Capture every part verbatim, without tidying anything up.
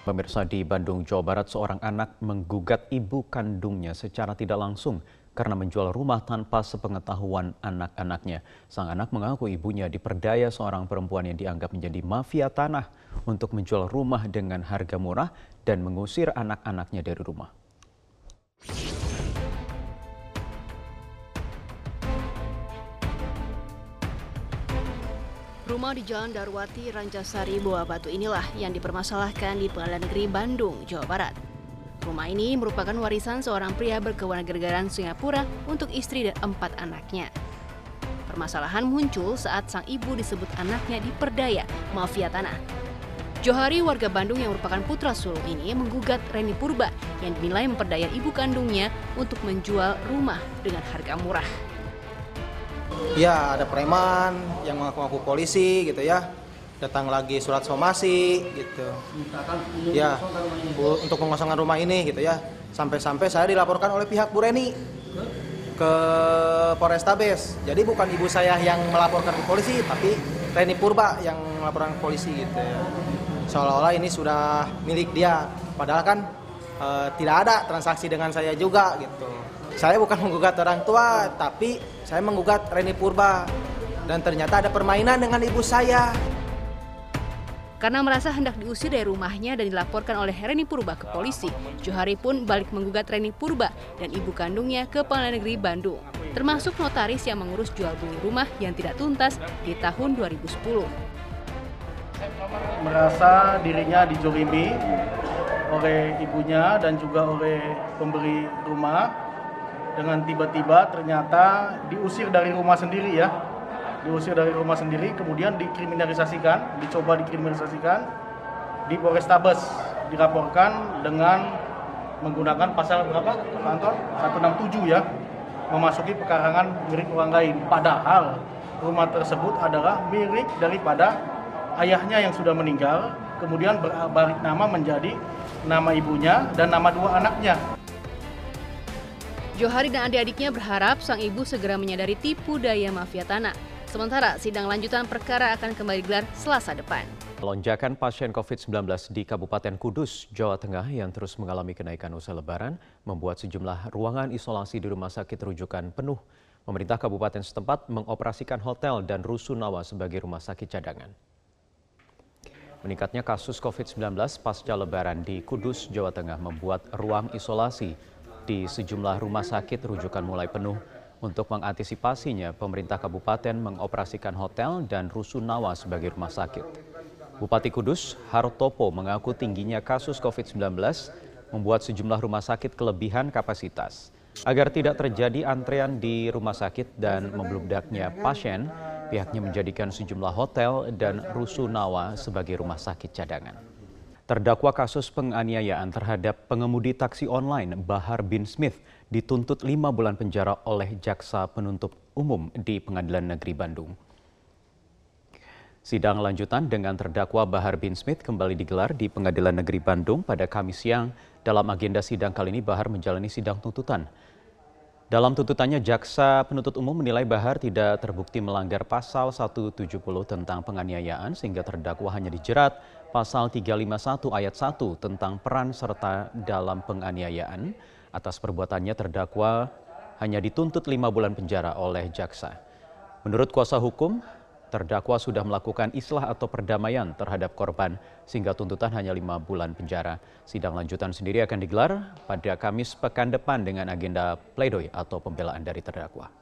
Pemirsa, di Bandung, Jawa Barat, seorang anak menggugat ibu kandungnya secara tidak langsung karena menjual rumah tanpa sepengetahuan anak-anaknya. Sang anak mengaku ibunya diperdaya seorang perempuan yang dianggap menjadi mafia tanah untuk menjual rumah dengan harga murah dan mengusir anak-anaknya dari rumah. Rumah di Jalan Darwati, Rancasari, Buah Batu inilah yang dipermasalahkan di Pengadilan Negeri Bandung, Jawa Barat. Rumah ini merupakan warisan seorang pria berkewarganegaraan Singapura untuk istri dan empat anaknya. Permasalahan muncul saat sang ibu disebut anaknya diperdaya mafia tanah. Johari, warga Bandung yang merupakan putra sulung ini, menggugat Reni Purba yang dinilai memperdaya ibu kandungnya untuk menjual rumah dengan harga murah. Ya, ada preman yang mengaku-ngaku polisi gitu ya. Datang lagi surat somasi gitu. Ya, untuk pengosongan rumah ini gitu ya. Sampai-sampai saya dilaporkan oleh pihak Bu Reni ke Polrestabes. Jadi bukan ibu saya yang melaporkan ke polisi, tapi Reni Purba yang melaporkan ke polisi gitu ya. Seolah-olah ini sudah milik dia. Padahal kan e, tidak ada transaksi dengan saya juga gitu. Saya bukan menggugat orang tua, tapi saya menggugat Reni Purba. Dan ternyata ada permainan dengan ibu saya. Karena merasa hendak diusir dari rumahnya dan dilaporkan oleh Reni Purba ke polisi, Johari pun balik menggugat Reni Purba dan ibu kandungnya ke Pengadilan Negeri Bandung, termasuk notaris yang mengurus jual beli rumah yang tidak tuntas di tahun dua ribu sepuluh. Merasa dirinya dijolimi oleh ibunya dan juga oleh pemberi rumah. Dengan tiba-tiba ternyata diusir dari rumah sendiri ya, diusir dari rumah sendiri, kemudian dikriminalisasikan, dicoba dikriminalisasikan di Polrestabes, dilaporkan dengan menggunakan pasal berapa, kantor seratus enam puluh tujuh ya, memasuki pekarangan milik orang lain. Padahal rumah tersebut adalah milik daripada ayahnya yang sudah meninggal, kemudian berbalik nama menjadi nama ibunya dan nama dua anaknya. Johari dan adik-adiknya berharap sang ibu segera menyadari tipu daya mafia tanah. Sementara sidang lanjutan perkara akan kembali digelar Selasa depan. Lonjakan pasien covid sembilan belas di Kabupaten Kudus, Jawa Tengah yang terus mengalami kenaikan usai Lebaran membuat sejumlah ruangan isolasi di rumah sakit rujukan penuh. Pemerintah kabupaten setempat mengoperasikan hotel dan rusunawa sebagai rumah sakit cadangan. Meningkatnya kasus covid sembilan belas pasca Lebaran di Kudus, Jawa Tengah membuat ruang isolasi di sejumlah rumah sakit rujukan mulai penuh. Untuk mengantisipasinya, pemerintah kabupaten mengoperasikan hotel dan rusunawa sebagai rumah sakit. Bupati Kudus, Hartopo, mengaku tingginya kasus covid sembilan belas membuat sejumlah rumah sakit kelebihan kapasitas. Agar tidak terjadi antrean di rumah sakit dan membludaknya pasien, pihaknya menjadikan sejumlah hotel dan rusunawa sebagai rumah sakit cadangan. Terdakwa kasus penganiayaan terhadap pengemudi taksi online Bahar bin Smith dituntut lima bulan penjara oleh Jaksa Penuntut Umum di Pengadilan Negeri Bandung. Sidang lanjutan dengan terdakwa Bahar bin Smith kembali digelar di Pengadilan Negeri Bandung pada Kamis siang. Dalam agenda sidang kali ini, Bahar menjalani sidang tuntutan. Dalam tuntutannya, Jaksa Penuntut Umum menilai Bahar tidak terbukti melanggar pasal seratus tujuh puluh tentang penganiayaan sehingga terdakwa hanya dijerat pasal tiga ratus lima puluh satu ayat satu tentang peran serta dalam penganiayaan. Atas perbuatannya terdakwa hanya dituntut lima bulan penjara oleh jaksa. Menurut kuasa hukum, terdakwa sudah melakukan islah atau perdamaian terhadap korban sehingga tuntutan hanya lima bulan penjara. Sidang lanjutan sendiri akan digelar pada Kamis pekan depan dengan agenda pledoi atau pembelaan dari terdakwa.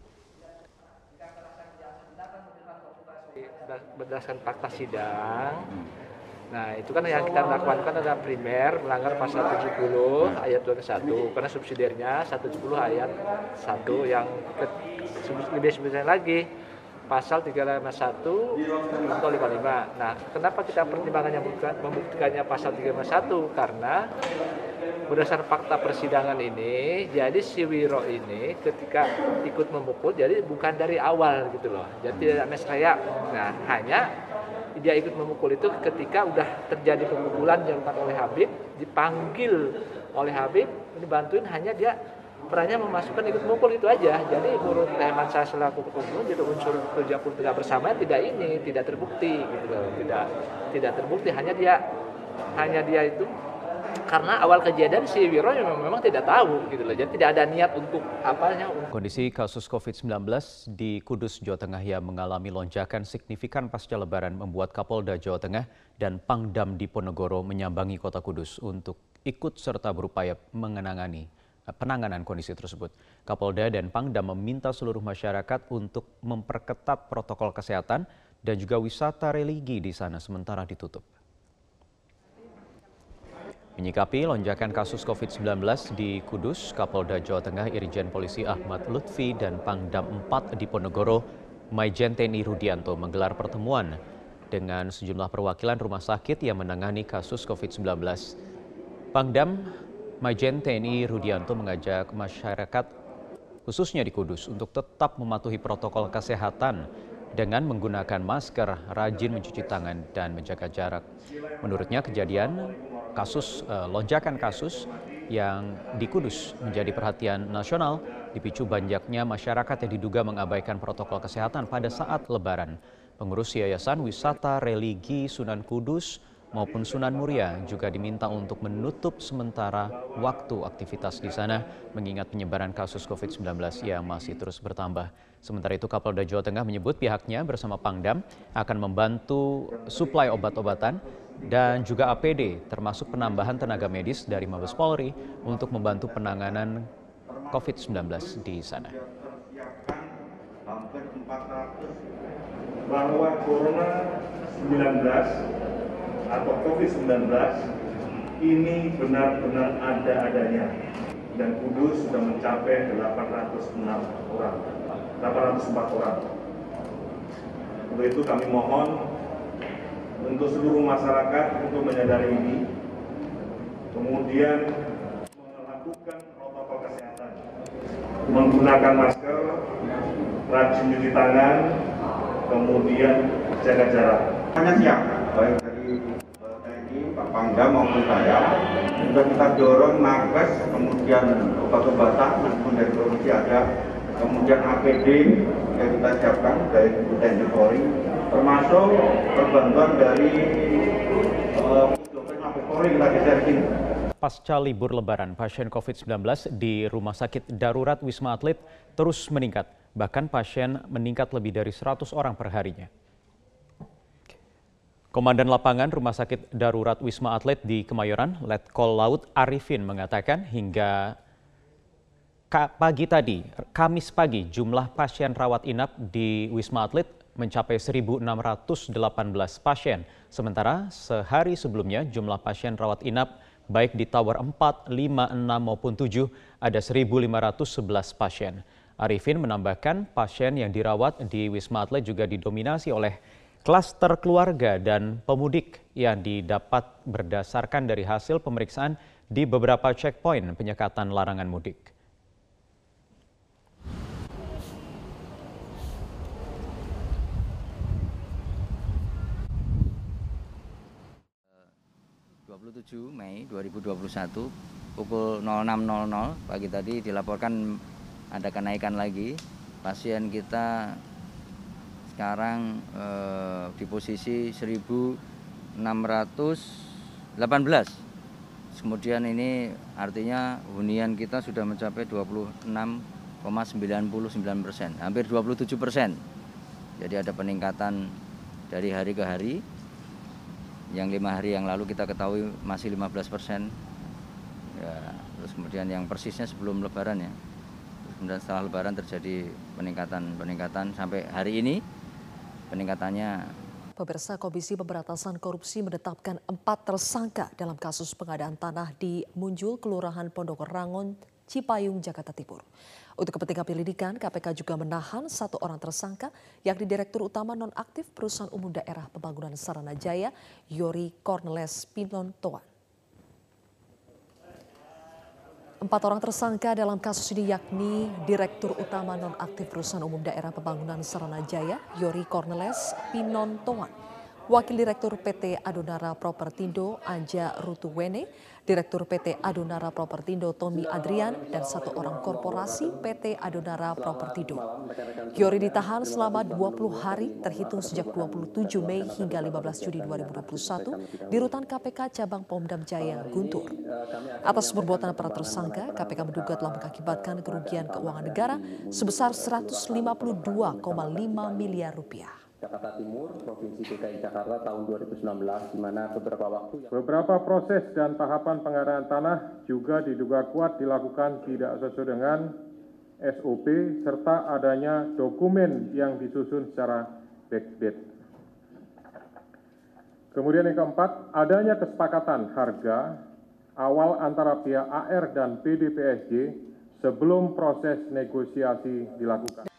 Berdasarkan fakta sidang, nah itu kan yang kita lakukan kan ada primer melanggar pasal tujuh puluh ayat dua puluh satu karena subsidiarnya seratus tujuh puluh ayat satu yang ke, lebih spesifiknya lagi pasal tiga ratus lima puluh satu atau lima puluh lima. Nah, kenapa kita pertimbangannya membuktikannya pasal tiga ratus lima puluh satu? Karena berdasarkan fakta persidangan ini, jadi si Wiro ini ketika ikut memukul, jadi bukan dari awal gitu loh. Jadi tidak mesraya. Nah, hanya dia ikut memukul itu ketika udah terjadi pemukulan yang dilakukan oleh Habib, dipanggil oleh Habib, dibantuin hanya dia perannya memasukkan ikut memukul itu aja. Jadi menurut hemat saya selaku hukum itu unsur kerja pun tidak bersama tidak ini tidak terbukti gitu loh. Tidak tidak terbukti, hanya dia hanya dia itu karena awal kejadian si Wiro memang, memang tidak tahu gitu loh, jadi tidak ada niat untuk apanya. Kondisi kasus covid sembilan belas di Kudus, Jawa Tengah yang mengalami lonjakan signifikan pasca Lebaran membuat Kapolda Jawa Tengah dan Pangdam Diponegoro menyambangi kota Kudus untuk ikut serta berupaya mengenangani penanganan kondisi tersebut. Kapolda dan Pangdam meminta seluruh masyarakat untuk memperketat protokol kesehatan dan juga wisata religi di sana sementara ditutup. Menyikapi lonjakan kasus covid sembilan belas di Kudus, Kapolda Jawa Tengah Irjen Polisi Ahmad Lutfi dan Pangdam empat Diponegoro, Maijen T N I Rudianto menggelar pertemuan dengan sejumlah perwakilan rumah sakit yang menangani kasus covid sembilan belas. Pangdam Maijen T N I Rudianto mengajak masyarakat khususnya di Kudus untuk tetap mematuhi protokol kesehatan dengan menggunakan masker, rajin mencuci tangan, dan menjaga jarak. Menurutnya kejadian kasus eh, lonjakan kasus yang di Kudus menjadi perhatian nasional dipicu banyaknya masyarakat yang diduga mengabaikan protokol kesehatan pada saat Lebaran. Pengurus Yayasan Wisata Religi Sunan Kudus maupun Sunan Muria juga diminta untuk menutup sementara waktu aktivitas di sana mengingat penyebaran kasus covid sembilan belas yang masih terus bertambah. Sementara itu Kapolda Jawa Tengah menyebut pihaknya bersama Pangdam akan membantu suplai obat-obatan dan juga A P D termasuk penambahan tenaga medis dari Mabes Polri untuk membantu penanganan covid sembilan belas di sana. Bahwa Corona sembilan belas atau covid sembilan belas ini benar-benar ada adanya dan Kudus sudah mencapai delapan ratus enam orang, delapan ratus empat orang. Untuk itu kami mohon untuk seluruh masyarakat untuk menyadari ini, kemudian melakukan protokol kesehatan, menggunakan masker, rajin cuci tangan, kemudian jaga jarak. Hanya siap, baik dari T N I, Pak Pangdam maupun saya, sudah kita dorong nakes, kemudian obat-obatan, maupun dari provinsi ada, kemudian A P D yang kita siapkan dari T N I Polri, termasuk perbantuan dari uh, Mabes Polri kita geser-geser. Pasca libur Lebaran, pasien covid sembilan belas di Rumah Sakit Darurat Wisma Atlet terus meningkat. Bahkan pasien meningkat lebih dari seratus orang per harinya. Komandan Lapangan Rumah Sakit Darurat Wisma Atlet di Kemayoran, Letkol Laut Arifin mengatakan hingga pagi tadi, Kamis pagi, jumlah pasien rawat inap di Wisma Atlet mencapai seribu enam ratus delapan belas pasien. Sementara sehari sebelumnya jumlah pasien rawat inap baik di Tower empat, lima, enam maupun tujuh ada seribu lima ratus sebelas pasien. Arifin menambahkan pasien yang dirawat di Wisma Atlet juga didominasi oleh klaster keluarga dan pemudik yang didapat berdasarkan dari hasil pemeriksaan di beberapa checkpoint penyekatan larangan mudik. dua puluh tujuh Mei dua ribu dua puluh satu pukul nol enam nol nol pagi tadi dilaporkan ada kenaikan lagi. Pasien kita sekarang eh, di posisi seribu enam ratus delapan belas. Kemudian ini artinya hunian kita sudah mencapai dua puluh enam koma sembilan sembilan persen, hampir dua puluh tujuh persen. Jadi ada peningkatan dari hari ke hari. Yang lima hari yang lalu kita ketahui masih lima belas persen. Ya, terus kemudian yang persisnya sebelum Lebaran ya. Kemudian setelah Lebaran terjadi peningkatan-peningkatan sampai hari ini peningkatannya. Pemirsa, Komisi Pemberantasan Korupsi menetapkan empat tersangka dalam kasus pengadaan tanah di Munjul, Kelurahan Pondok Rangon, Cipayung, Jakarta Timur. Untuk kepentingan penyelidikan, K P K juga menahan satu orang tersangka, yakni Direktur Utama Nonaktif Perusahaan Umum Daerah Pembangunan Saranajaya, Yori Corneles Pinontoan. Empat orang tersangka dalam kasus ini yakni Direktur Utama Nonaktif Perusahaan Umum Daerah Pembangunan Saranajaya, Yori Corneles Pinontoan, Wakil Direktur P T Adonara Propertindo Anja Rutuwene, Direktur P T Adonara Propertindo Tommy Adrian, dan satu orang korporasi P T Adonara Propertindo. Giori ditahan selama dua puluh hari terhitung sejak dua puluh tujuh Mei hingga lima belas Juni dua ribu dua puluh satu di Rutan K P K Cabang Pondam Jaya, Guntur. Atas perbuatan para tersangka, K P K menduga telah mengakibatkan kerugian keuangan negara sebesar seratus lima puluh dua koma lima miliar rupiah. Jakarta Timur, Provinsi D K I Jakarta tahun dua ribu sembilan belas, di mana beberapa waktu beberapa proses dan tahapan pengadaan tanah juga diduga kuat dilakukan tidak sesuai dengan S O P serta adanya dokumen yang disusun secara backdate. Kemudian yang keempat, adanya kesepakatan harga awal antara pihak A R dan P D P S J sebelum proses negosiasi dilakukan.